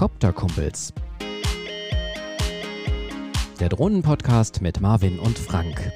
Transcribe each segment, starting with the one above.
Copter-Kumpels. Der Drohnen-Podcast mit Marvin und Frank.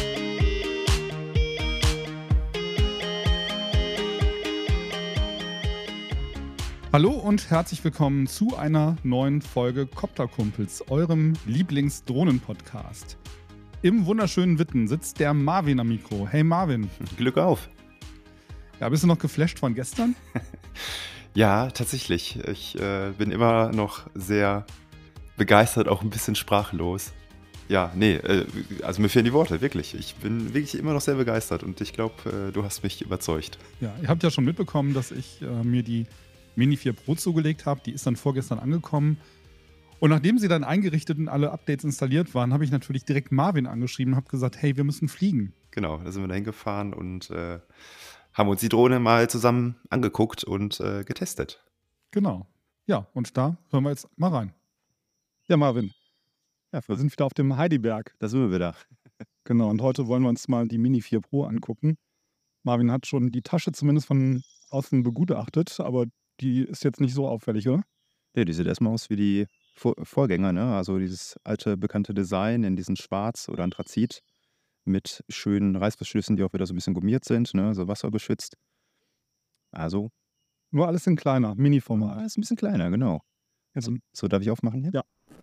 Hallo und herzlich willkommen zu einer neuen Folge Copter-Kumpels, eurem Lieblings-Drohnen-Podcast. Im wunderschönen Witten sitzt der Marvin am Mikro. Hey Marvin. Glück auf. Ja, bist du noch geflasht von gestern? Ja, tatsächlich. Ich bin immer noch sehr begeistert, auch ein bisschen sprachlos. Ja, also mir fehlen die Worte, wirklich. Ich bin wirklich immer noch sehr begeistert und ich glaube, du hast mich überzeugt. Ja, ihr habt ja schon mitbekommen, dass ich mir die Mini 4 Pro zugelegt habe. Die ist dann vorgestern angekommen. Und nachdem sie dann eingerichtet und alle Updates installiert waren, habe ich natürlich direkt Marvin angeschrieben und habe gesagt, hey, wir müssen fliegen. Genau, da sind wir da hingefahren und haben uns die Drohne mal zusammen angeguckt und getestet. Genau. Ja, und da hören wir jetzt mal rein. Ja, Marvin. Ja, wir sind wieder auf dem Heidiberg. Da sind wir wieder. Genau, und heute wollen wir uns mal die Mini 4 Pro angucken. Marvin hat schon die Tasche zumindest von außen begutachtet, aber die ist jetzt nicht so auffällig, oder? Nee, die sieht erstmal aus wie die Vorgänger, ne? Also dieses alte, bekannte Design in diesem Schwarz oder Anthrazit mit schönen Reißverschlüssen, die auch wieder so ein bisschen gummiert sind, ne? So wasserbeschützt. Also, Nur alles in kleiner, Mini-Format. ist ein bisschen kleiner, genau. Jetzt, So, darf ich aufmachen hier? Ja.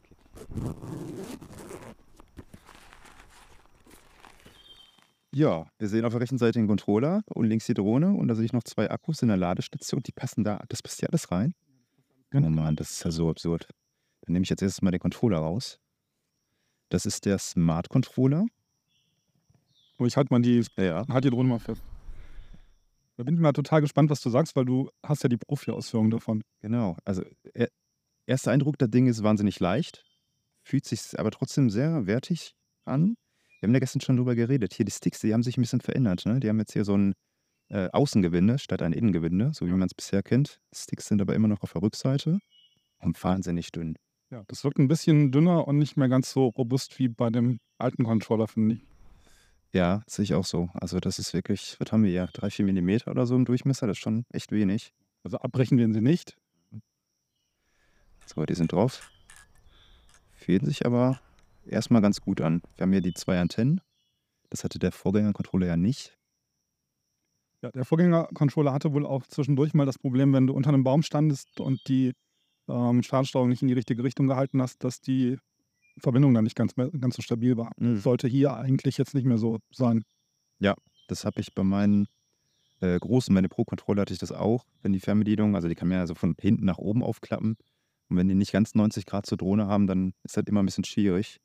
Ja, wir sehen auf der rechten Seite den Controller und links die Drohne und da sehe ich noch 2 Akkus in der Ladestation, die passen da, das passt ja alles rein. Oh Mann, das ist ja so absurd. Dann nehme ich jetzt erstmal den Controller raus. Das ist der Smart Controller. oh, ich halte Ja. die Drohne mal fest. Da bin ich mal total gespannt, was du sagst, weil du hast ja die Profi-Ausführung davon. Genau, also erster Eindruck, das Ding ist wahnsinnig leicht, fühlt sich aber trotzdem sehr wertig an. Wir haben ja gestern schon drüber geredet. Hier die Sticks, die haben sich ein bisschen verändert. Ne? Die haben jetzt hier so ein Außengewinde statt ein Innengewinde, so wie man es bisher kennt. Sticks sind aber immer noch auf der Rückseite und wahnsinnig dünn. Ja, das wirkt ein bisschen dünner und nicht mehr ganz so robust wie bei dem alten Controller, finde ich. Ja, sehe ich auch so. Also das ist wirklich, was haben wir hier, 3-4 Millimeter oder so im Durchmesser, das ist schon echt wenig. Also abbrechen werden sie nicht. So, die sind drauf. Fühlen sich aber erstmal ganz gut an. Wir haben hier die 2 Antennen. Das hatte der Vorgänger-Controller ja nicht. Ja, der Vorgänger-Controller hatte wohl auch zwischendurch mal das Problem, wenn du unter einem Baum standest und die Startsteuerung nicht in die richtige Richtung gehalten hast, dass die Verbindung dann nicht ganz so stabil war. Sollte hier eigentlich jetzt nicht mehr so sein. Ja, das habe ich bei meinen großen, meine Pro-Controller hatte ich das auch, wenn die Fernbedienung, also die kann man ja so von hinten nach oben aufklappen. Und wenn die nicht ganz 90 Grad zur Drohne haben, dann ist das immer ein bisschen schwierig.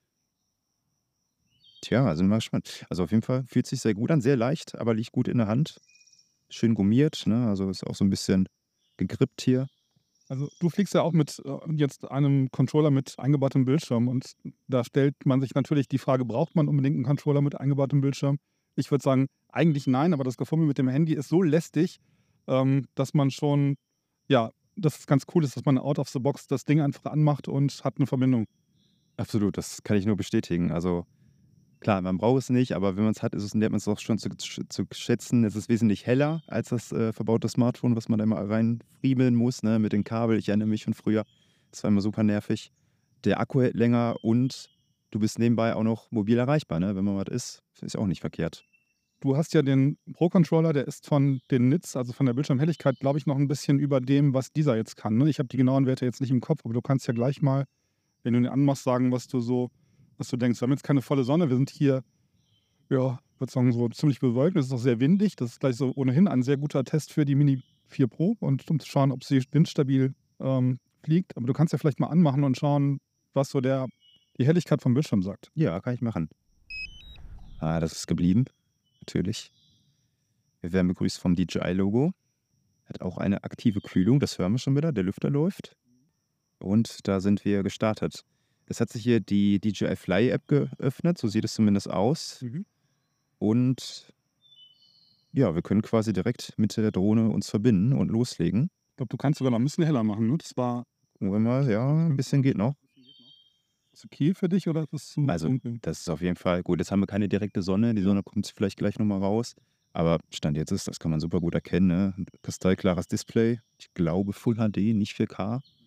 Tja, also bin mal gespannt. Also auf jeden Fall fühlt sich sehr gut an, sehr leicht, aber liegt gut in der Hand. Schön gummiert, ne? Also ist auch so ein bisschen gegrippt hier. Also du fliegst ja auch mit jetzt einem Controller mit eingebautem Bildschirm und da stellt man sich natürlich die Frage, braucht man unbedingt einen Controller mit eingebautem Bildschirm? Ich würde sagen, eigentlich nein, aber das Gefummel mit dem Handy ist so lästig, dass man schon, ja, dass es ganz cool ist, dass man out of the box das Ding einfach anmacht und hat eine Verbindung. Absolut, das kann ich nur bestätigen. Also klar, man braucht es nicht, aber wenn man es hat, lernt man es auch schon zu schätzen. Es ist wesentlich heller als das verbaute Smartphone, was man da immer reinfriemeln muss, ne, mit dem Kabel. Ich erinnere mich von früher, das war immer super nervig. Der Akku hält länger und du bist nebenbei auch noch mobil erreichbar, ne? Wenn man was ist auch nicht verkehrt. Du hast ja den Pro-Controller, der ist von den Nits, also von der Bildschirmhelligkeit, glaube ich, noch ein bisschen über dem, was dieser jetzt kann. Ne? Ich habe die genauen Werte jetzt nicht im Kopf, aber du kannst ja gleich mal, wenn du ihn anmachst, sagen, was du denkst. Wir haben jetzt keine volle Sonne, wir sind hier, ja, ich würde sagen, so ziemlich bewölkt. Es ist auch sehr windig. Das ist gleich so ohnehin ein sehr guter Test für die Mini 4 Pro und um zu schauen, ob sie windstabil fliegt. Aber du kannst ja vielleicht mal anmachen und schauen, was so die Helligkeit vom Bildschirm sagt. Ja, kann ich machen. Das ist geblieben, natürlich. Wir werden begrüßt vom DJI-Logo. Hat auch eine aktive Kühlung, das hören wir schon wieder, der Lüfter läuft. Und da sind wir gestartet. Es hat sich hier die DJI Fly App geöffnet, so sieht es zumindest aus. Und ja, wir können quasi direkt mit der Drohne uns verbinden und loslegen. Ich glaube, du kannst sogar noch ein bisschen heller machen. Ne? Das war. Gucken wir mal, ja, ein bisschen geht noch. Ist das okay für dich oder ist das zu Also, dunkel? das ist auf jeden Fall gut. Jetzt haben wir keine direkte Sonne. Die Sonne kommt vielleicht gleich nochmal raus. Aber Stand jetzt das kann man super gut erkennen. Ne? Kristallklares Display. Ich glaube Full HD, nicht 4K.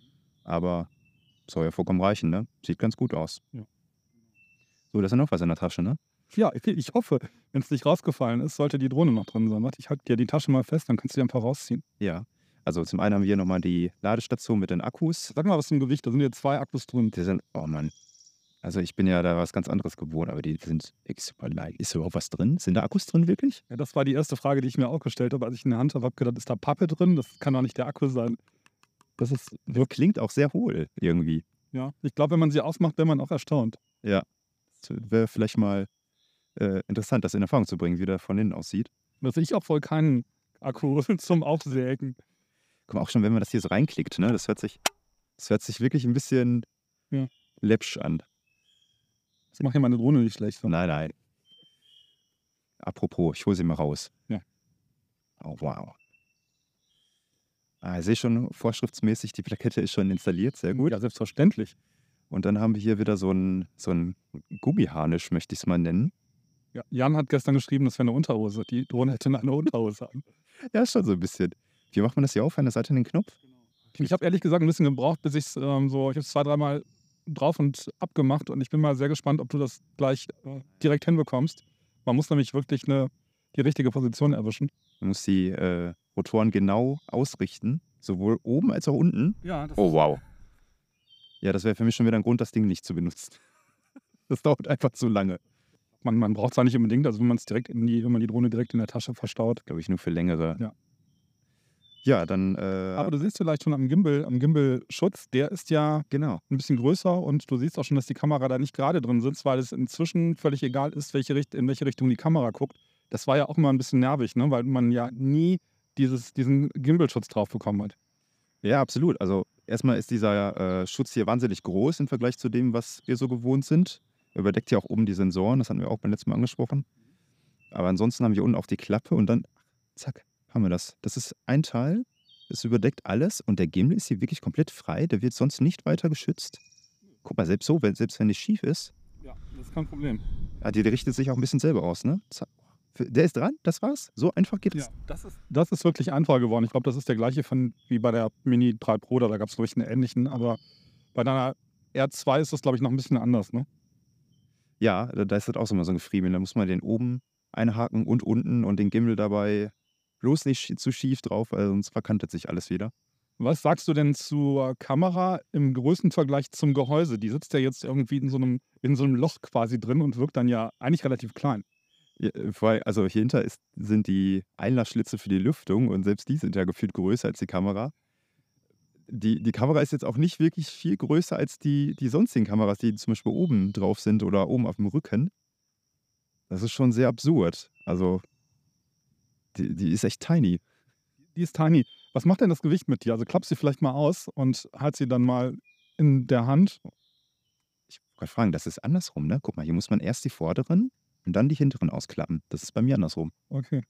Aber soll ja vollkommen reichen, ne? Sieht ganz gut aus. Ja. So, da ist ja noch was in der Tasche, ne? Ja, ich hoffe, wenn es nicht rausgefallen ist, sollte die Drohne noch drin sein. Warte, ich halte dir die Tasche mal fest, dann kannst du die einfach rausziehen. Ja. Also zum einen haben wir hier nochmal die Ladestation mit den Akkus. Sag mal was zum Gewicht, da sind hier 2 Akkus drin. Die sind, oh Mann. Also ich bin ja da was ganz anderes gewohnt, aber die sind super leicht. Ist da überhaupt was drin? Sind da Akkus drin wirklich? Ja, das war die erste Frage, die ich mir auch gestellt habe, als ich in der Hand habe. Ich habe gedacht, ist da Pappe drin? Das kann doch nicht der Akku sein. Das ist, Das klingt auch sehr hohl irgendwie. ja, ich glaube, wenn man sie ausmacht, wäre man auch erstaunt. Ja. Das wäre vielleicht mal interessant, das in Erfahrung zu bringen, wie der von innen aussieht. Das sehe ich auch voll keinen Akku zum Aufsägen. Guck mal, auch schon, wenn man das hier so reinklickt, ne? Das hört sich wirklich ein bisschen Ja. läppsch an. Das macht ja meine Drohne nicht schlecht. So. Nein. Apropos, ich hole sie mal raus. Ja. Oh, wow. Ich sehe schon, vorschriftsmäßig, die Plakette ist schon installiert, sehr gut. Ja, selbstverständlich. Und dann haben wir hier wieder so ein Gummiharnisch, möchte ich es mal nennen. Ja, Jan hat gestern geschrieben, das wäre eine Unterhose. Die Drohne hätte eine Unterhose an. Ja, ist schon so ein bisschen. Wie macht man das hier auf? An der Seite den Knopf? Ich habe ehrlich gesagt ein bisschen gebraucht, bis ich es ich habe es 2, 3 Mal drauf und abgemacht und ich bin mal sehr gespannt, ob du das gleich direkt hinbekommst. Man muss nämlich wirklich die richtige Position erwischen. Man muss die Rotoren genau ausrichten, sowohl oben als auch unten. Ja, Oh, wow. Ja, das wäre für mich schon wieder ein Grund, das Ding nicht zu benutzen. Das dauert einfach zu lange. Man braucht es ja nicht unbedingt, also wenn man die Drohne direkt in der Tasche verstaut. Glaube ich, nur für längere. Ja. Ja, dann. Aber du siehst vielleicht schon am Gimbal-Schutz, der ist ja genau. ein bisschen größer und du siehst auch schon, dass die Kamera da nicht gerade drin sitzt, weil es inzwischen völlig egal ist, in welche Richtung die Kamera guckt. Das war ja auch immer ein bisschen nervig, ne? Weil man ja nie diesen Gimbal-Schutz drauf bekommen hat. Ja, absolut. Also erstmal ist dieser Schutz hier wahnsinnig groß im Vergleich zu dem, was wir so gewohnt sind. Er überdeckt ja auch oben die Sensoren, das hatten wir auch beim letzten Mal angesprochen. Aber ansonsten haben wir unten auch die Klappe und dann, zack, haben wir das. Das ist ein Teil, es überdeckt alles und der Gimbal ist hier wirklich komplett frei. Der wird sonst nicht weiter geschützt. Guck mal, selbst wenn es schief ist, Ja, das ist kein Problem. die richtet sich auch ein bisschen selber aus, ne? Zack. Der ist dran, das war's. So einfach geht es. Ja, das ist wirklich einfacher geworden. Ich glaube, das ist der gleiche wie bei der Mini 3 Pro, da gab es, glaube ich, einen ähnlichen, aber bei deiner R2 ist das, glaube ich, noch ein bisschen anders, ne? Ja, da ist das auch so mal so ein Gefriemel. Da muss man den oben einhaken und unten und den Gimbal dabei bloß nicht zu schief drauf, weil sonst verkantet sich alles wieder. Was sagst du denn zur Kamera im Größenvergleich zum Gehäuse? Die sitzt ja jetzt irgendwie in so einem Loch quasi drin und wirkt dann ja eigentlich relativ klein. Ja, also hier hinter sind die Einlassschlitze für die Lüftung und selbst die sind ja gefühlt größer als die Kamera. Die Kamera ist jetzt auch nicht wirklich viel größer als die sonstigen Kameras, die zum Beispiel oben drauf sind oder oben auf dem Rücken. Das ist schon sehr absurd. Also die ist echt tiny. Die ist tiny. Was macht denn das Gewicht mit dir? Also klapp sie vielleicht mal aus und halt sie dann mal in der Hand. Ich wollte gerade fragen, das ist andersrum, ne? Guck mal, hier muss man erst die vorderen und dann die hinteren ausklappen. Das ist bei mir andersrum. Okay.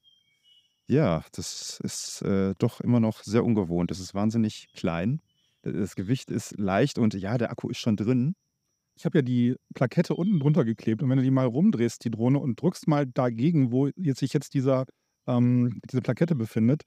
Ja, das ist doch immer noch sehr ungewohnt. Das ist wahnsinnig klein. Das Gewicht ist leicht und ja, der Akku ist schon drin. Ich habe ja die Plakette unten drunter geklebt und wenn du die mal rumdrehst, die Drohne, und drückst mal dagegen, wo sich jetzt diese Plakette befindet,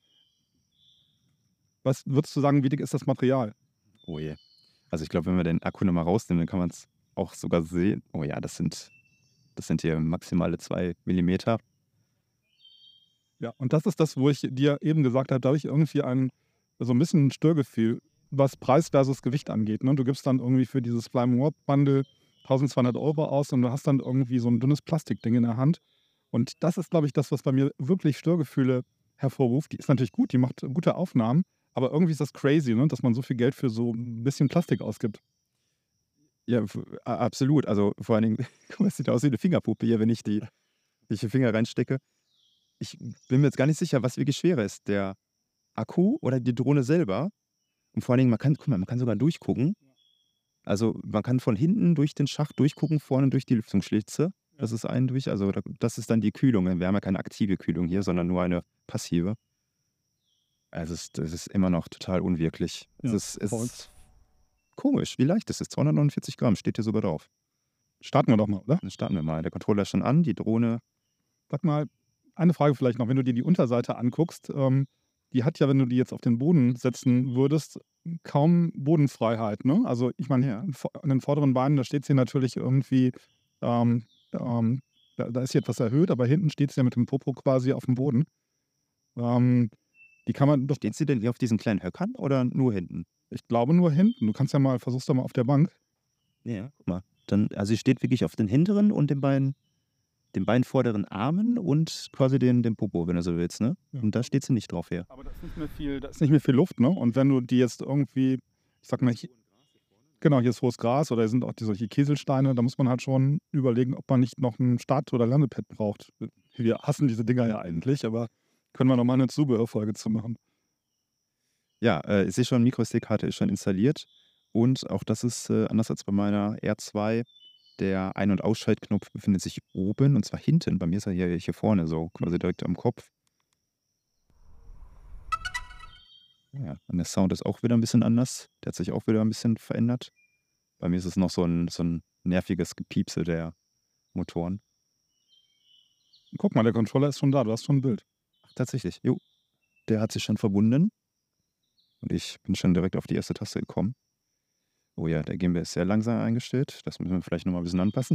was würdest du sagen, wie dick ist das Material? Oh je. Also ich glaube, wenn wir den Akku nochmal rausnehmen, dann kann man es auch sogar sehen. Oh ja, das sind hier maximale 2 Millimeter. Ja, und das ist das, wo ich dir eben gesagt habe, da habe ich irgendwie so ein bisschen ein Störgefühl, was Preis versus Gewicht angeht. Ne? Du gibst dann irgendwie für dieses Flyme Warp Bundle 1.200 € aus und du hast dann irgendwie so ein dünnes Plastikding in der Hand. Und das ist, glaube ich, das, was bei mir wirklich Störgefühle hervorruft. Die ist natürlich gut, die macht gute Aufnahmen, aber irgendwie ist das crazy, ne? Dass man so viel Geld für so ein bisschen Plastik ausgibt. Ja, absolut. Also vor allen Dingen, guck mal, es sieht aus wie eine Fingerpuppe hier, wenn ich die Finger reinstecke. Ich bin mir jetzt gar nicht sicher, was wirklich schwerer ist, der Akku oder die Drohne selber. Und vor allen Dingen, man kann sogar durchgucken. Also man kann von hinten durch den Schacht durchgucken, vorne durch die Lüftungsschlitze. Das ist also das ist dann die Kühlung. Wir haben ja keine aktive Kühlung hier, sondern nur eine passive. Also das ist immer noch total unwirklich. Ja, Es ist komisch, wie leicht es ist. 249 Gramm steht hier sogar drauf. Starten wir doch mal, oder? Dann starten wir mal. Der Controller ist schon an, die Drohne. Sag mal, eine Frage vielleicht noch, wenn du dir die Unterseite anguckst, die hat ja, wenn du die jetzt auf den Boden setzen würdest, kaum Bodenfreiheit. Ne? Also ich meine, Ja. an den vorderen Beinen, da steht sie natürlich irgendwie, ähm, da ist sie etwas erhöht, aber hinten steht sie ja mit dem Popo quasi auf dem Boden. Ähm, die kann man doch, Steht sie denn hier auf diesen kleinen Höckern oder nur hinten? ich glaube, nur hinten. Du kannst ja mal, versuchst doch mal auf der Bank. Ja, guck mal. Also sie steht wirklich auf den hinteren und den beiden vorderen Armen und quasi den Popo, wenn du so willst, ne? Ja. Und da steht sie nicht drauf her. Aber da ist nicht mehr viel Luft, ne? Und wenn du die jetzt irgendwie, ich sag mal, genau, hier ist hohes Gras oder hier sind auch solche Kieselsteine, da muss man halt schon überlegen, ob man nicht noch ein Start- oder Landepad braucht. Wir hassen diese Dinger ja eigentlich, aber können wir nochmal eine Zubehörfolge zu machen. Ja, ich sehe schon, MicroSD-Karte ist schon installiert und auch das ist anders als bei meiner R2. Der Ein- und Ausschaltknopf befindet sich oben und zwar hinten. Bei mir ist er hier vorne, so quasi direkt am Kopf. Ja, und der Sound ist auch wieder ein bisschen anders. Der hat sich auch wieder ein bisschen verändert. Bei mir ist es noch so ein nerviges Gepiepse der Motoren. Guck mal, der Controller ist schon da, du hast schon ein Bild. Ach, tatsächlich. Jo, der hat sich schon verbunden. Und ich bin schon direkt auf die erste Taste gekommen. Oh ja, der Gimbal ist sehr langsam eingestellt. Das müssen wir vielleicht nochmal ein bisschen anpassen.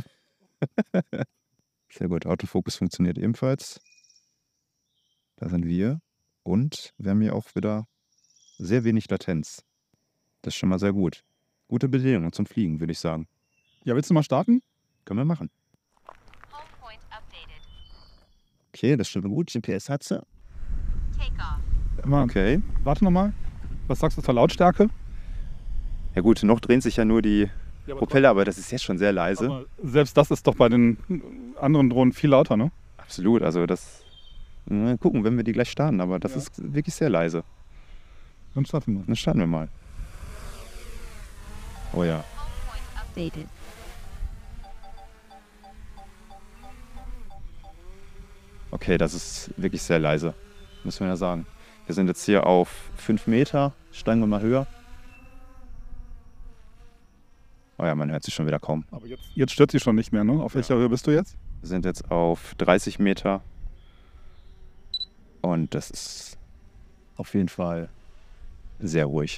Sehr gut, Autofokus funktioniert ebenfalls. Da sind wir. Und wir haben hier auch wieder sehr wenig Latenz. Das ist schon mal sehr gut. Gute Bedingungen zum Fliegen, würde ich sagen. Ja, willst du mal starten? Können wir machen. Home point updated. Okay, das stimmt gut. GPS hat sie. Takeoff. Okay. Warte nochmal. Was sagst du zur Lautstärke? Ja gut, noch drehen sich ja nur die Propeller, aber das ist jetzt schon sehr leise. Aber selbst das ist doch bei den anderen Drohnen viel lauter, ne? Absolut, also das... Mal gucken, wenn wir die gleich starten, aber das Ja. ist wirklich sehr leise. Dann starten wir. Dann starten wir mal. Oh ja. Home point updated. Okay, das ist wirklich sehr leise, muss man ja sagen. Wir sind jetzt hier auf 5 Meter, steigen wir mal höher. Oh ja, man hört sich schon wieder kaum. Aber jetzt stört sie schon nicht mehr, ne? Auf welcher Höhe bist du jetzt? Wir sind jetzt auf 30 Meter und das ist auf jeden Fall sehr ruhig.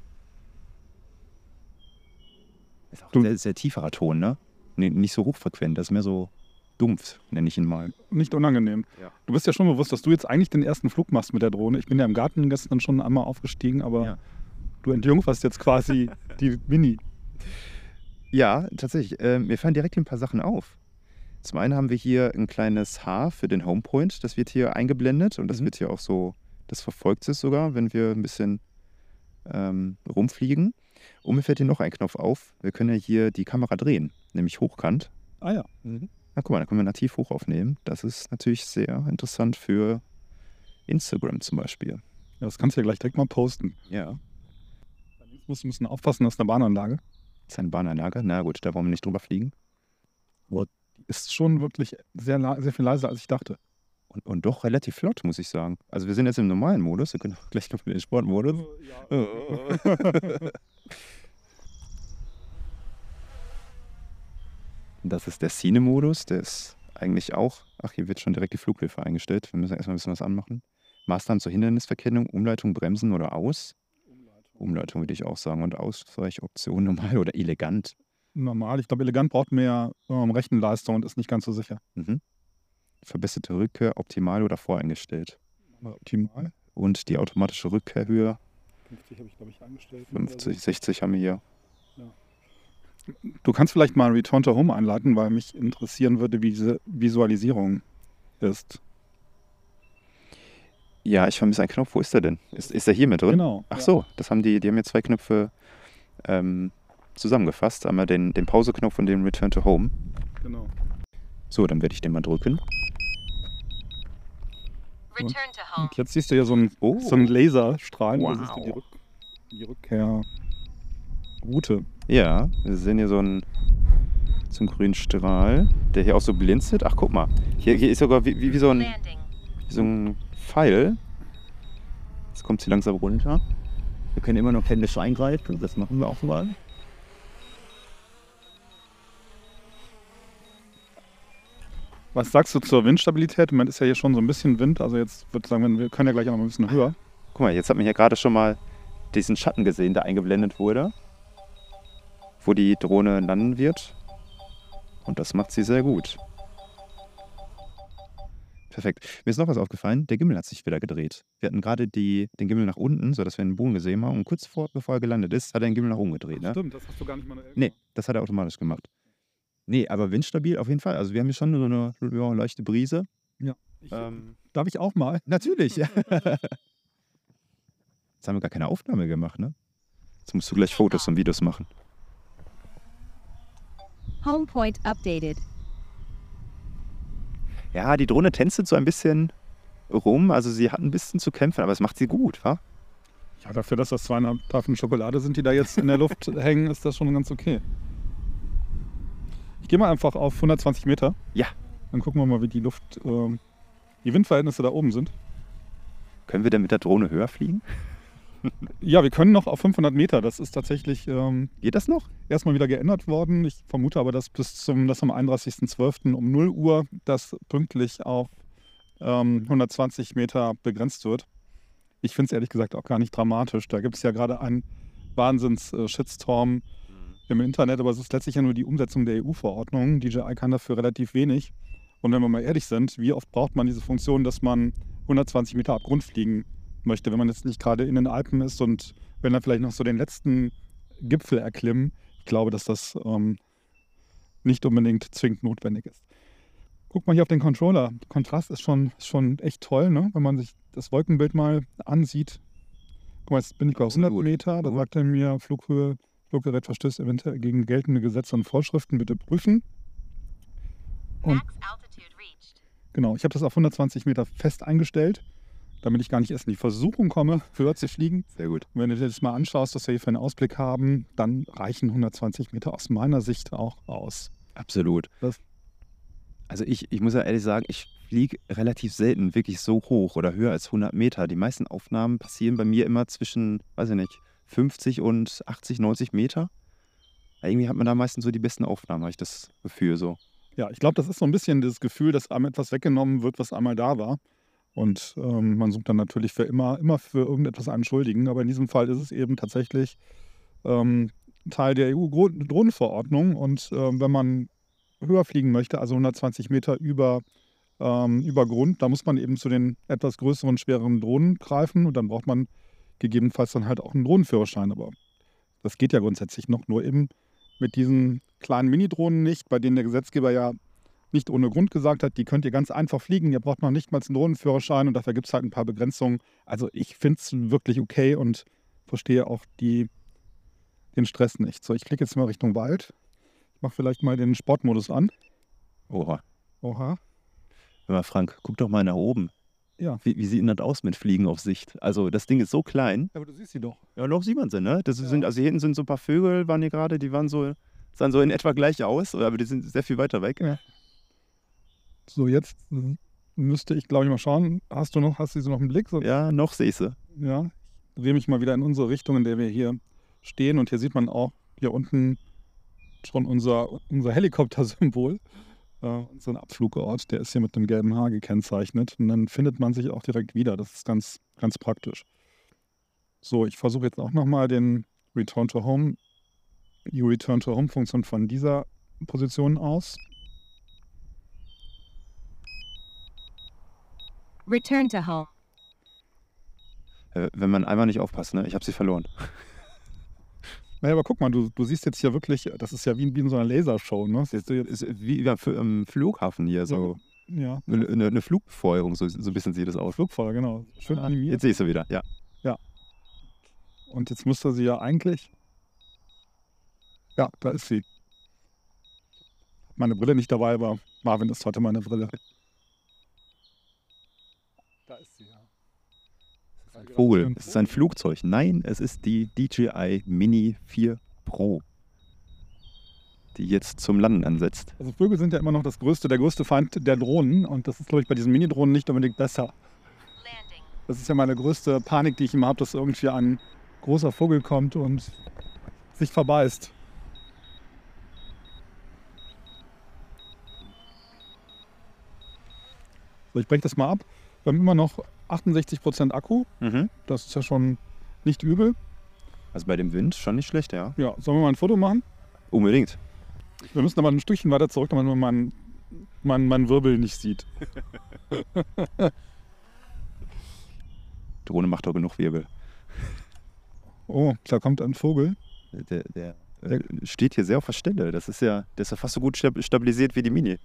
Ist auch Du- ein sehr, sehr tieferer Ton, ne? Nee, nicht so hochfrequent, das ist mehr so dumpf, nenne ich ihn mal. Nicht unangenehm. Ja. Du bist ja schon bewusst, dass du jetzt eigentlich den ersten Flug machst mit der Drohne. Ich bin ja im Garten gestern schon einmal aufgestiegen, aber Ja. du entjungferst jetzt quasi die Mini. Ja, tatsächlich. Mir fallen direkt ein paar Sachen auf. Zum einen haben wir hier ein kleines H für den Homepoint. Das wird hier eingeblendet und das wird hier auch so, das verfolgt es sogar, wenn wir ein bisschen rumfliegen. Und mir fällt hier noch ein Knopf auf. Wir können ja hier die Kamera drehen, nämlich hochkant. Ah ja. Na guck mal, da können wir nativ hoch aufnehmen. Das ist natürlich sehr interessant für Instagram zum Beispiel. Ja, das kannst du ja gleich direkt mal posten. Ja. Jetzt musst du ein bisschen aufpassen, das ist eine Bahnanlage. Das ist eine Bahnanlage. Na gut, da wollen wir nicht drüber fliegen. Ist schon wirklich sehr viel leiser, als ich dachte. Und doch relativ flott, muss ich sagen. Also wir sind jetzt im normalen Modus. Wir können auch gleich noch in den Sportmodus. Das ist der Cine-Modus. Der ist eigentlich auch... Ach, hier wird schon direkt die Flughilfe eingestellt. Wir müssen erstmal ein bisschen was anmachen. Maßnahmen zur Hindernisverkennung, Umleitung, Bremsen oder aus. Umleitung würde ich auch sagen. Und Ausweichoption normal oder elegant. Normal. Ich glaube, elegant braucht mehr Rechenleistung und ist nicht ganz so sicher. Mhm. Verbesserte Rückkehr, optimal oder voreingestellt. Aber optimal. Und die automatische Rückkehrhöhe, 50 habe ich, glaube ich, eingestellt. 50, 60 haben wir hier. Du kannst vielleicht mal Return to Home einleiten, weil mich interessieren würde, wie diese Visualisierung ist. Ja, ich vermisse einen Knopf. Wo ist der denn? Ist der hier mit drin? Genau. Ach so, die haben jetzt zwei Knöpfe zusammengefasst. Einmal den Pause-Knopf und den Return to Home. Genau. So, dann werde ich den mal drücken. Return to home. Und jetzt siehst du hier so einen Laserstrahl. Wow. Da siehst du die Rückkehrroute. Ja, wir sehen hier so einen grünen Strahl, der hier auch so blinzelt. Ach, guck mal. Hier ist sogar wie so ein Pfeil. Jetzt kommt sie langsam runter. Wir können immer noch händisch eingreifen. Das machen wir auch mal. Was sagst du zur Windstabilität? Man ist ja hier schon so ein bisschen Wind. Also jetzt würde ich sagen, wir können ja gleich auch noch ein bisschen höher. Guck mal, jetzt hat man hier gerade schon mal diesen Schatten gesehen, der eingeblendet wurde, wo die Drohne landen wird. Und das macht sie sehr gut. Perfekt. Mir ist noch was aufgefallen. Der Gimbal hat sich wieder gedreht. Wir hatten gerade den Gimbal nach unten, sodass wir den Boden gesehen haben. Und kurz bevor er gelandet ist, hat er den Gimbal nach oben gedreht. Ne? Stimmt, das hast du gar nicht manuell Nee, gemacht. das hat er automatisch gemacht. Nee, aber windstabil auf jeden Fall. Also wir haben hier schon so eine leichte Brise. Darf ich auch mal? Natürlich, ja. Jetzt haben wir gar keine Aufnahme gemacht, ne? Jetzt musst du gleich Fotos und Videos machen. Home point updated. Ja, die Drohne tänzelt so ein bisschen rum. Also sie hat ein bisschen zu kämpfen, aber es macht sie gut, wa? Ja, dafür, dass das 200 Tafeln Schokolade sind, die da jetzt in der Luft hängen, ist das schon ganz okay. Ich gehe mal einfach auf 120 Meter. Ja. Dann gucken wir mal, wie die die Windverhältnisse da oben sind. Können wir denn mit der Drohne höher fliegen? Ja, wir können noch auf 500 Meter. Das ist tatsächlich Geht das noch? erstmal wieder geändert worden. Ich vermute aber, dass das am 31.12. um 0 Uhr das pünktlich auf 120 Meter begrenzt wird. Ich finde es ehrlich gesagt auch gar nicht dramatisch. Da gibt es ja gerade einen Wahnsinns-Shitstorm im Internet, aber es ist letztlich ja nur die Umsetzung der EU-Verordnung. DJI kann dafür relativ wenig. Und wenn wir mal ehrlich sind, wie oft braucht man diese Funktion, dass man 120 Meter ab Grund fliegen möchte, wenn man jetzt nicht gerade in den Alpen ist und wenn dann vielleicht noch so den letzten Gipfel erklimmen. Ich glaube, dass das nicht unbedingt zwingend notwendig ist. Guck mal hier auf den Controller. Kontrast ist schon echt toll, ne? Wenn man sich das Wolkenbild mal ansieht. Guck mal, jetzt bin ich bei 100 Meter. Da sagt er mir, Fluggerät verstößt eventuell gegen geltende Gesetze und Vorschriften. Bitte prüfen. Und Max altitude reached. genau, ich habe das auf 120 Meter fest eingestellt, damit ich gar nicht erst in die Versuchung komme, höher zu fliegen. Sehr gut. Und wenn du dir das mal anschaust, was wir hier für einen Ausblick haben, dann reichen 120 Meter aus meiner Sicht auch aus. Absolut. Das- Also ich muss ja ehrlich sagen, ich fliege relativ selten wirklich so hoch oder höher als 100 Meter. Die meisten Aufnahmen passieren bei mir immer zwischen, weiß ich nicht, 50 und 80, 90 Meter. Irgendwie hat man da meistens so die besten Aufnahmen, habe ich das Gefühl so. Ja, ich glaube, das ist so ein bisschen das Gefühl, dass einem etwas weggenommen wird, was einmal da war. Und man sucht dann natürlich für immer für irgendetwas einen Schuldigen. Aber in diesem Fall ist es eben tatsächlich Teil der EU-Drohnenverordnung. Und wenn man höher fliegen möchte, also 120 Meter über Grund, da muss man eben zu den etwas größeren, schwereren Drohnen greifen. Und dann braucht man gegebenenfalls dann halt auch einen Drohnenführerschein. Aber das geht ja grundsätzlich noch nur eben mit diesen kleinen Mini-Drohnen nicht, bei denen der Gesetzgeber ja nicht ohne Grund gesagt hat, die könnt ihr ganz einfach fliegen, ihr braucht noch nicht mal einen Drohnenführerschein und dafür gibt es halt ein paar Begrenzungen. Also ich finde es wirklich okay und verstehe auch den Stress nicht. So, ich klicke jetzt mal Richtung Wald. Ich mache vielleicht mal den Sportmodus an. Oha. Oha. Hör mal, Frank, guck doch mal nach oben. Ja. Wie sieht denn das aus mit Fliegen auf Sicht? Also das Ding ist so klein. Aber du siehst sie doch. Ja, noch sieht man sie, ne? Also hier hinten sind so ein paar Vögel, waren hier gerade, die sahen so in etwa gleich aus, aber die sind sehr viel weiter weg. Ja. So, jetzt müsste ich, glaube ich, mal schauen. Hast du sie noch im Blick? So, Ja, noch sehe ich sie. ja. Ich drehe mich mal wieder in unsere Richtung, in der wir hier stehen. Und hier sieht man auch hier unten schon unser Helikoptersymbol. So ein Abflugort, der ist hier mit dem gelben Haar gekennzeichnet. Und dann findet man sich auch direkt wieder. Das ist ganz, ganz praktisch. So, ich versuche jetzt auch nochmal die Return to Home-Funktion von dieser Position aus. Return to home. Wenn man einmal nicht aufpasst, ne? Ich habe sie verloren. Naja, aber guck mal, du siehst jetzt hier wirklich, das ist ja wie in so einer Lasershow, ne? Siehst du jetzt, Ist wie am Flughafen hier, so ja, eine Flugbefeuerung, so ein bisschen sieht das aus. Flugfeuer, genau. Schön animiert. Jetzt sehe ich sie wieder, ja. Und jetzt müsste sie ja eigentlich. Ja, da ist sie. Meine Brille nicht dabei, aber Marvin ist heute meine Brille. Da ist sie, ja. Vogel, es ist ein Flugzeug. Nein, es ist die DJI Mini 4 Pro, die jetzt zum Landen ansetzt. Also Vögel sind ja immer noch der größte Feind der Drohnen. Und das ist, glaube ich, bei diesen Mini-Drohnen nicht unbedingt besser. Landing. Das ist ja meine größte Panik, die ich immer habe, dass irgendwie ein großer Vogel kommt und sich verbeißt. So, ich breche das mal ab. Wir haben immer noch 68% Akku. Mhm. Das ist ja schon nicht übel. Also bei dem Wind schon nicht schlecht, ja. Ja, sollen wir mal ein Foto machen? Unbedingt. Wir müssen aber ein Stückchen weiter zurück, damit man meinen Wirbel nicht sieht. Drohne macht doch genug Wirbel. Oh, da kommt ein Vogel. Der steht hier sehr auf der Stelle. Der ist ja fast so gut stabilisiert wie die Mini.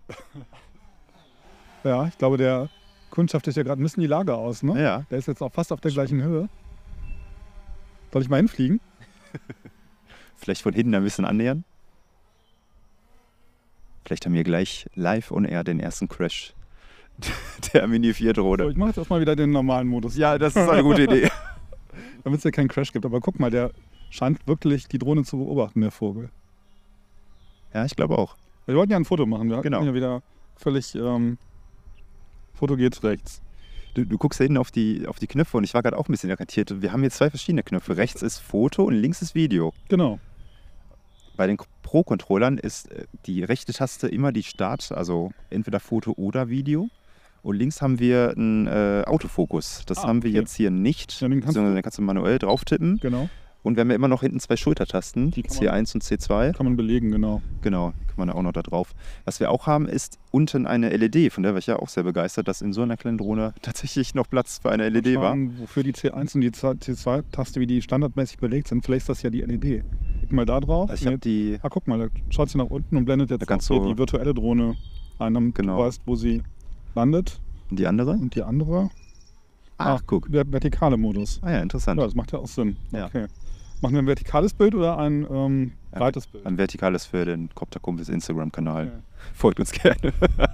Ja, ich glaube, der kundschaftet ja gerade ein bisschen die Lage aus, ne? Ja. Der ist jetzt auch fast auf der gleichen Höhe. Soll ich mal hinfliegen? Vielleicht von hinten ein bisschen annähern. Vielleicht haben wir gleich live on air den ersten Crash der Mini 4 Drohne. So, ich mache jetzt erstmal wieder den normalen Modus. Ja, das ist eine gute Idee. Damit es ja keinen Crash gibt. Aber guck mal, der scheint wirklich die Drohne zu beobachten, der Vogel. Ja, ich glaube auch. Wir wollten ja ein Foto machen. Wir Genau. hatten ja wieder völlig... Foto geht rechts. Du guckst da hinten auf die Knöpfe und ich war gerade auch ein bisschen irritiert. Wir haben hier 2 verschiedene Knöpfe. Rechts ist Foto und links ist Video. Genau. Bei den Pro-Controllern ist die rechte Taste immer die Start, also entweder Foto oder Video. Und links haben wir einen Autofokus. Das haben wir okay. jetzt hier nicht. Ja, den kannst Sondern den kannst du manuell drauf tippen. Genau. Und wir haben ja immer noch hinten 2 Schultertasten, Die kann man- C1 und C2. Kann man belegen, genau. Genau, die kann man auch noch da drauf. Was wir auch haben, ist unten eine LED, von der war ich ja auch sehr begeistert, dass in so einer kleinen Drohne tatsächlich noch Platz für eine LED war. Schauen, wofür die C1 und die C2-Taste, wie die standardmäßig belegt sind. Vielleicht ist das ja die LED. Klick mal da drauf. Also ich habe die, Guck mal, da schaut sie nach unten und blendet jetzt Da kannst auch hier du- die virtuelle Drohne ein, damit Genau. du weißt, wo sie landet. die andere. Und die andere, Guck. der vertikale Modus. Ah ja, interessant. Ja, das macht ja auch Sinn. Ja. Okay. Machen wir ein vertikales Bild oder ein breites Bild? Ein vertikales für den Copterkumpels Instagram-Kanal. Okay. Folgt uns gerne.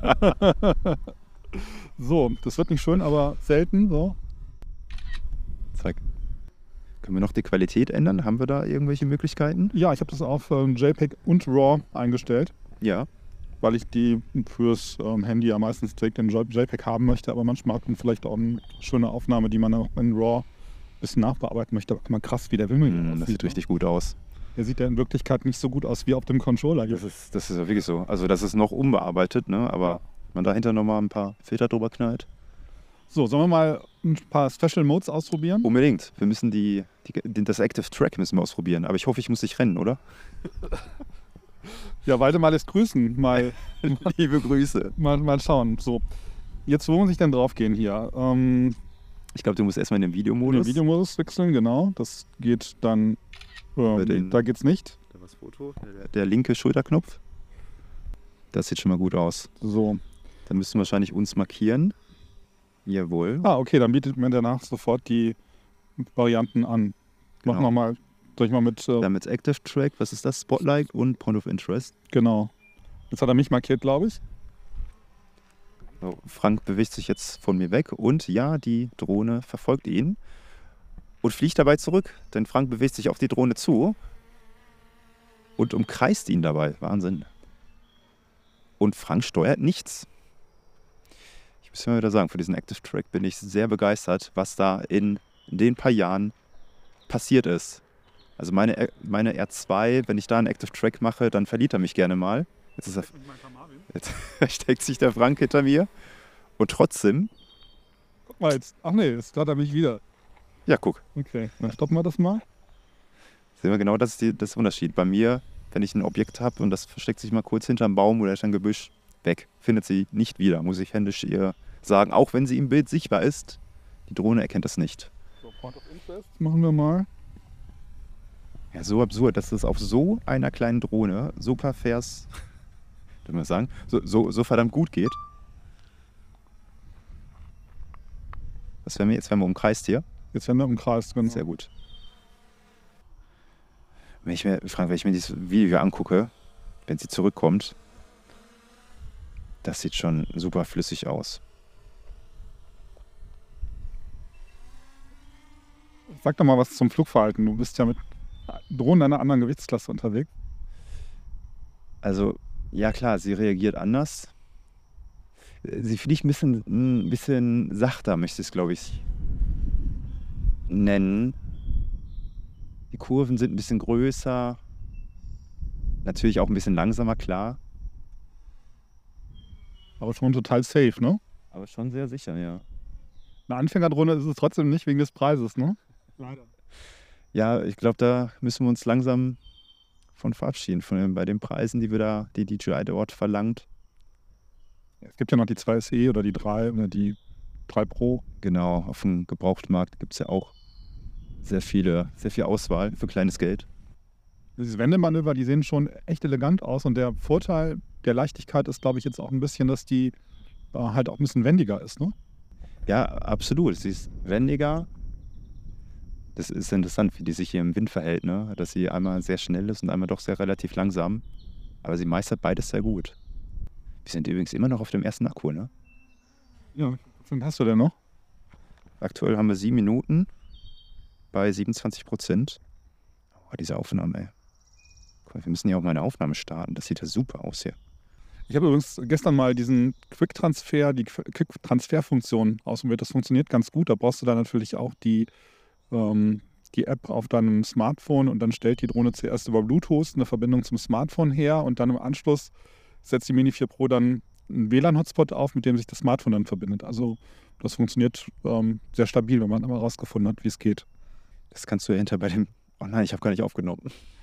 So, das wird nicht schön, aber selten. So. Zack. Können wir noch die Qualität ändern? Haben wir da irgendwelche Möglichkeiten? Ja, ich habe das auf JPEG und RAW eingestellt, Ja. weil ich die fürs Handy ja meistens direkt in JPEG haben möchte, aber manchmal hat man vielleicht auch eine schöne Aufnahme, die man auch in RAW ein bisschen nachbearbeiten möchte. Aber guck mal, krass, wie der Wimmel hier Das aussieht, sieht richtig gut aus. ne? Der sieht ja in Wirklichkeit nicht so gut aus wie auf dem Controller. Hier. Das ist ja wirklich so. Also das ist noch unbearbeitet, ne? Aber wenn man dahinter nochmal ein paar Filter drüber knallt. So, sollen wir mal ein paar Special Modes ausprobieren? Unbedingt. Wir müssen das Active Track müssen wir ausprobieren. Aber ich hoffe, ich muss nicht rennen, oder? Ja, Waldemar lässt grüßen. Mal Liebe Grüße. mal schauen. So, jetzt wo muss ich denn drauf gehen hier? Ich glaube, du musst erstmal in den Den Videomodus. Videomodus wechseln, genau. Das geht dann. den- Da geht's nicht. Da war das Foto. Der linke Schulterknopf. Das sieht schon mal gut aus. So. Dann müssen wir wahrscheinlich uns markieren. Jawohl. Ah, okay, dann bietet mir danach sofort die Varianten an. Mach Genau. nochmal. Soll ich mal mit. Dann mit Active Track, was ist das? Spotlight und Point of Interest. Genau. Jetzt hat er mich markiert, glaube ich. So, Frank bewegt sich jetzt von mir weg und ja, die Drohne verfolgt ihn und fliegt dabei zurück. Denn Frank bewegt sich auf die Drohne zu und umkreist ihn dabei. Wahnsinn. Und Frank steuert nichts. Ich muss mal wieder sagen, für diesen Active Track bin ich sehr begeistert, was da in den paar Jahren passiert ist. Also meine R2, wenn ich da einen Active Track mache, dann verliert er mich gerne mal. Jetzt versteckt sich der Frank hinter mir. Und trotzdem, Guck mal jetzt. Ach nee, jetzt hat er mich wieder. ja guck, Okay, dann stoppen wir das mal. sehen wir genau, das ist das Unterschied. Bei mir, wenn ich ein Objekt habe und das versteckt sich mal kurz hinterm Baum oder hinterm Gebüsch, weg. Findet sie nicht wieder, muss ich händisch ihr sagen. Auch wenn sie im Bild sichtbar ist, die Drohne erkennt das nicht. So, Point of Interest machen wir mal. Ja, so absurd, dass das auf so einer kleinen Drohne so pervers, würde man sagen, so verdammt gut geht. Was wären wir jetzt? Wären wir umkreist hier? Jetzt werden wir im Kreis drin. Sehr gut. Wenn ich mir dieses Video angucke, wenn sie zurückkommt, das sieht schon super flüssig aus. Sag doch mal was zum Flugverhalten. Du bist ja mit Drohnen einer anderen Gewichtsklasse unterwegs. Also, ja klar, sie reagiert anders. Sie fliegt ein bisschen sachter, möchte ich es, glaube ich, nennen. Die Kurven sind ein bisschen größer. Natürlich auch ein bisschen langsamer, klar. Aber schon total safe, ne? Aber schon sehr sicher, ja. Eine Anfängerdrohne ist es trotzdem nicht wegen des Preises, ne? Leider. Ja, ich glaube, da müssen wir uns langsam von verabschieden, bei den Preisen, die DJI dort verlangt. Es gibt ja noch die 2 SE oder die 3 oder die 3 Pro. Genau, auf dem Gebrauchtmarkt gibt es ja auch sehr viel Auswahl für kleines Geld. Diese Wendemanöver, die sehen schon echt elegant aus und der Vorteil der Leichtigkeit ist, glaube ich, jetzt auch ein bisschen, dass die halt auch ein bisschen wendiger ist, ne? Ja, absolut. Sie ist wendiger. Das ist interessant, wie die sich hier im Wind verhält, ne? Dass sie einmal sehr schnell ist und einmal doch sehr relativ langsam. Aber sie meistert beides sehr gut. Wir sind übrigens immer noch auf dem ersten Akku, ne? Ja, wie viel Prozent hast du denn noch? Aktuell haben wir 7 Minuten bei 27%. Oh, diese Aufnahme, ey. Guck mal, wir müssen ja auch mal eine Aufnahme starten. Das sieht ja super aus hier. Ich habe übrigens gestern mal diesen die Quick-Transfer-Funktion ausprobiert. Das funktioniert ganz gut. Da brauchst du dann natürlich auch die App auf deinem Smartphone und dann stellt die Drohne zuerst über Bluetooth eine Verbindung zum Smartphone her und dann im Anschluss setzt die Mini 4 Pro dann einen WLAN-Hotspot auf, mit dem sich das Smartphone dann verbindet. Also das funktioniert sehr stabil, wenn man einmal rausgefunden hat, wie es geht. Das kannst du ja hinter bei dem... Oh nein, ich habe gar nicht aufgenommen.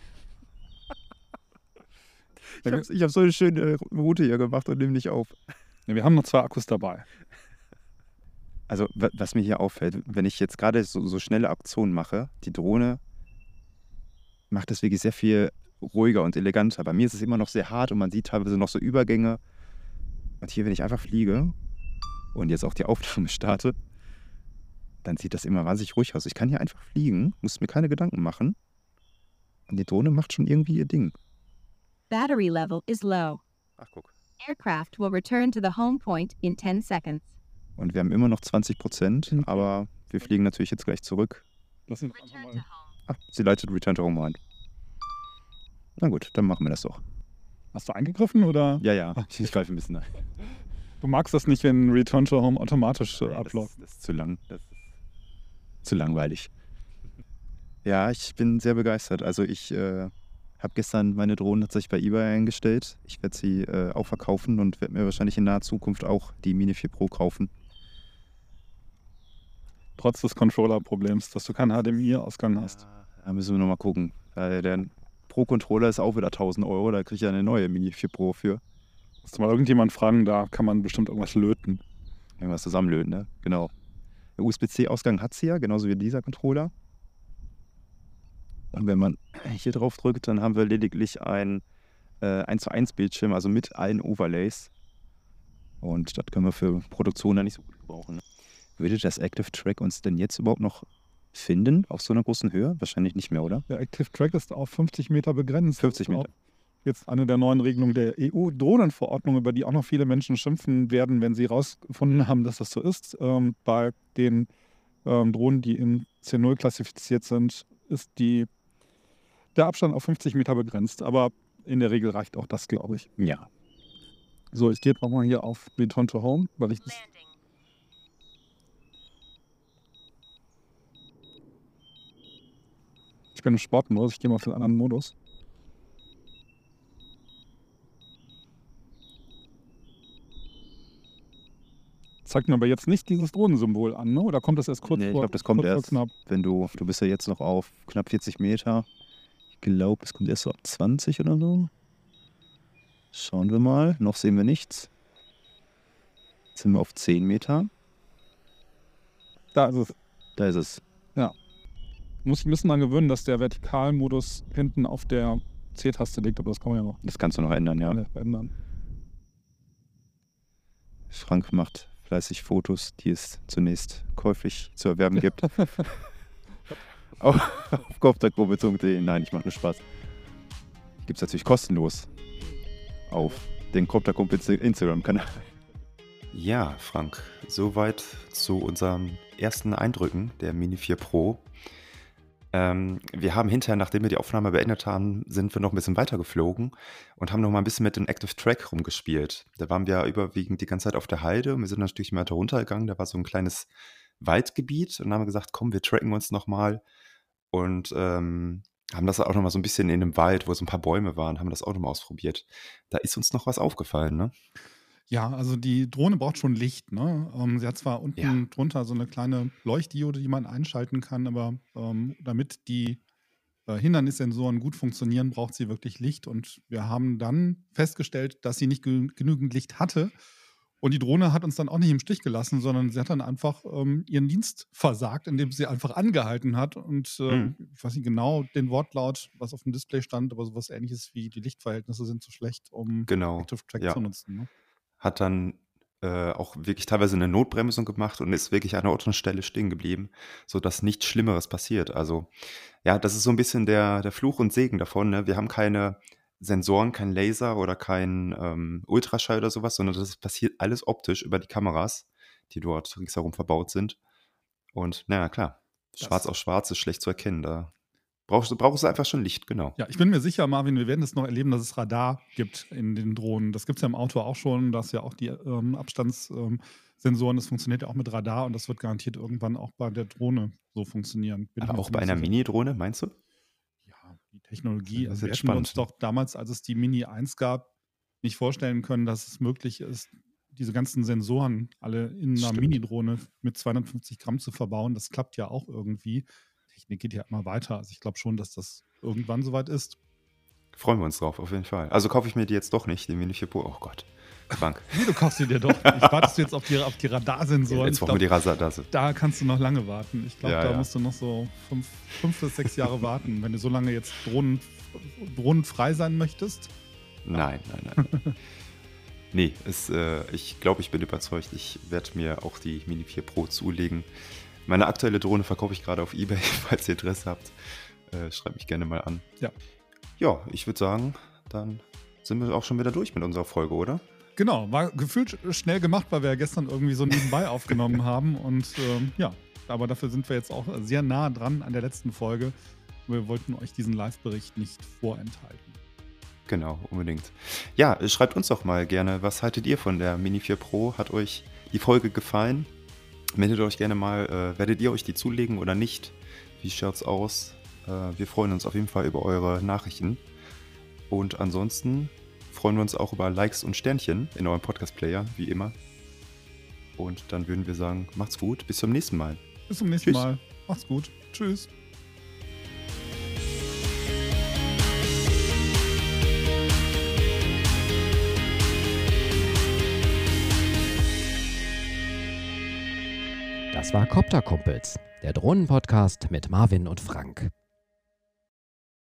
Ich hab so eine schöne Route hier gemacht und nehme nicht auf. Ja, wir haben noch 2 Akkus dabei. Also, was mir hier auffällt, wenn ich jetzt gerade so schnelle Aktionen mache, die Drohne macht das wirklich sehr viel ruhiger und eleganter. Bei mir ist es immer noch sehr hart und man sieht teilweise noch so Übergänge. Und hier, wenn ich einfach fliege und jetzt auch die Aufnahme starte, dann sieht das immer wahnsinnig ruhig aus. Ich kann hier einfach fliegen, muss mir keine Gedanken machen. Und die Drohne macht schon irgendwie ihr Ding. Battery level is low. Ach, guck. Aircraft will return to the home point in 10 seconds. Und wir haben immer noch 20%, aber wir fliegen natürlich jetzt gleich zurück. Lass uns einfach Return to mal. home. Ach, sie leitet Return to Home ein. Na gut, dann machen wir das doch. Hast du eingegriffen oder? Ja, ich greife ein bisschen ein. Du magst das nicht, wenn Return to Home automatisch abläuft. Das ist zu lang. Das ist zu langweilig. Ja, ich bin sehr begeistert. Also ich habe gestern meine Drohne tatsächlich bei eBay eingestellt. Ich werde sie auch verkaufen und werde mir wahrscheinlich in naher Zukunft auch die Mini 4 Pro kaufen. Trotz des Controller-Problems, dass du keinen HDMI-Ausgang hast. Da müssen wir nochmal gucken. Der Pro-Controller ist auch wieder 1.000 Euro. Da kriege ich ja eine neue Mini 4 Pro für. Musst du mal irgendjemand fragen, da kann man bestimmt irgendwas löten. Irgendwas zusammenlöten, ne? Genau. Der USB-C-Ausgang hat sie ja, genauso wie dieser Controller. Und wenn man hier drauf drückt, dann haben wir lediglich ein 1:1 Bildschirm, also mit allen Overlays. Und das können wir für Produktion dann nicht so gut gebrauchen. Ne? Würde das Active Track uns denn jetzt überhaupt noch finden auf so einer großen Höhe? Wahrscheinlich nicht mehr, oder? Der Active Track ist auf 50 Meter begrenzt. 50 Meter. Jetzt eine der neuen Regelungen der EU-Drohnenverordnung, über die auch noch viele Menschen schimpfen werden, wenn sie herausgefunden haben, dass das so ist. Bei den Drohnen, die in C0 klassifiziert sind, ist der Abstand auf 50 Meter begrenzt. Aber in der Regel reicht auch das, glaube ich. Ja. So, ich gehe jetzt nochmal hier auf Return to Home, weil ich das. Landing. Ich bin im Sportmodus, ich gehe mal auf den anderen Modus. Zeigt mir aber jetzt nicht dieses Drohnensymbol an, ne? Oder kommt das erst kurz Nee, ich vor? glaube, das kommt kurz vor erst, knapp? wenn du bist ja jetzt noch auf knapp 40 Meter. Ich glaube, es kommt erst so ab 20 oder so. Schauen wir mal. Noch sehen wir nichts. Jetzt sind wir auf 10 Meter. Da ist es. Da ist es. Muss ich ein bisschen daran gewöhnen, dass der Vertikalmodus hinten auf der C-Taste liegt, aber das kann man ja noch Das kannst du noch ändern, ja. ändern. Frank macht fleißig Fotos, die es zunächst käuflich zu erwerben gibt. auf koptergruppe.de. Nein, ich mache nur Spaß. Gibt es natürlich kostenlos auf den Koptergruppe Instagram-Kanal. Ja, Frank, soweit zu unseren ersten Eindrücken der Mini 4 Pro. Wir haben hinterher, nachdem wir die Aufnahme beendet haben, sind wir noch ein bisschen weiter geflogen und haben noch mal ein bisschen mit dem Active Track rumgespielt. Da waren wir überwiegend die ganze Zeit auf der Heide und wir sind dann natürlich weiter runtergegangen. Da war so ein kleines Waldgebiet und dann haben wir gesagt, komm, wir tracken uns noch mal und haben das auch noch mal so ein bisschen in dem Wald, wo so ein paar Bäume waren, haben das auch noch mal ausprobiert. Da ist uns noch was aufgefallen, ne? Ja, also die Drohne braucht schon Licht, ne? Sie hat zwar unten drunter so eine kleine Leuchtdiode, die man einschalten kann, aber damit die Hindernissensoren gut funktionieren, braucht sie wirklich Licht. Und wir haben dann festgestellt, dass sie nicht genügend Licht hatte. Und die Drohne hat uns dann auch nicht im Stich gelassen, sondern sie hat dann einfach ihren Dienst versagt, indem sie einfach angehalten hat. Und ich weiß nicht genau den Wortlaut, was auf dem Display stand, aber sowas Ähnliches wie die Lichtverhältnisse sind zu schlecht, um Genau, Active Track ja. zu nutzen. Ne? Hat dann auch wirklich teilweise eine Notbremsung gemacht und ist wirklich an einer anderen Stelle stehen geblieben, sodass nichts Schlimmeres passiert. Also ja, das ist so ein bisschen der Fluch und Segen davon. Ne? Wir haben keine Sensoren, kein Laser oder kein Ultraschall oder sowas, sondern das passiert alles optisch über die Kameras, die dort ringsherum verbaut sind. Und naja, klar, schwarz auf schwarz ist schlecht zu erkennen. Da brauchst du einfach schon Licht, genau. Ja, ich bin mir sicher, Marvin, wir werden es noch erleben, dass es Radar gibt in den Drohnen. Das gibt es ja im Auto auch schon. Da ist ja auch die Abstandssensoren. Das funktioniert ja auch mit Radar und das wird garantiert irgendwann auch bei der Drohne so funktionieren. Bin ich Aber mir auch bei ziemlich einer sicher. Mini-Drohne, meinst du? Ja, die Technologie. Das Also ist wir jetzt hätten uns spannend. doch damals, als es die Mini 1 gab, nicht vorstellen können, dass es möglich ist, diese ganzen Sensoren alle in einer Stimmt. Mini-Drohne mit 250 Gramm zu verbauen. Das klappt ja auch irgendwie. Technik geht ja immer weiter. Also ich glaube schon, dass das irgendwann soweit ist. Freuen wir uns drauf, auf jeden Fall. Also kaufe ich mir die jetzt doch nicht, die Mini 4 Pro. Oh Gott, krank. Nee, du kaufst sie dir doch. Ich wartest du jetzt auf die Radarsensoren. Jetzt Ich brauchen wir glaub, die Rasadasse. da kannst du noch lange warten. Ich glaube, Ja, da ja. musst du noch so 5 bis 6 Jahre warten, wenn du so lange jetzt drohnenfrei sein möchtest. Nein. Nee, ich glaube, ich bin überzeugt. Ich werde mir auch die Mini 4 Pro zulegen. Meine aktuelle Drohne verkaufe ich gerade auf eBay, falls ihr Interesse habt. Schreibt mich gerne mal an. Ja. Ja, ich würde sagen, dann sind wir auch schon wieder durch mit unserer Folge, oder? Genau, war gefühlt schnell gemacht, weil wir ja gestern irgendwie so nebenbei aufgenommen haben. Und ja, aber dafür sind wir jetzt auch sehr nah dran an der letzten Folge. Wir wollten euch diesen Live-Bericht nicht vorenthalten. Genau, unbedingt. Ja, schreibt uns doch mal gerne, was haltet ihr von der Mini 4 Pro? Hat euch die Folge gefallen? Meldet euch gerne mal, werdet ihr euch die zulegen oder nicht? Wie schaut's aus? Wir freuen uns auf jeden Fall über eure Nachrichten. Und ansonsten freuen wir uns auch über Likes und Sternchen in eurem Podcast-Player, wie immer. Und dann würden wir sagen, macht's gut, bis zum nächsten Mal. Bis zum nächsten Tschüss. Mal. Macht's gut. Tschüss. Das war Copter Kumpels, der Drohnenpodcast mit Marvin und Frank.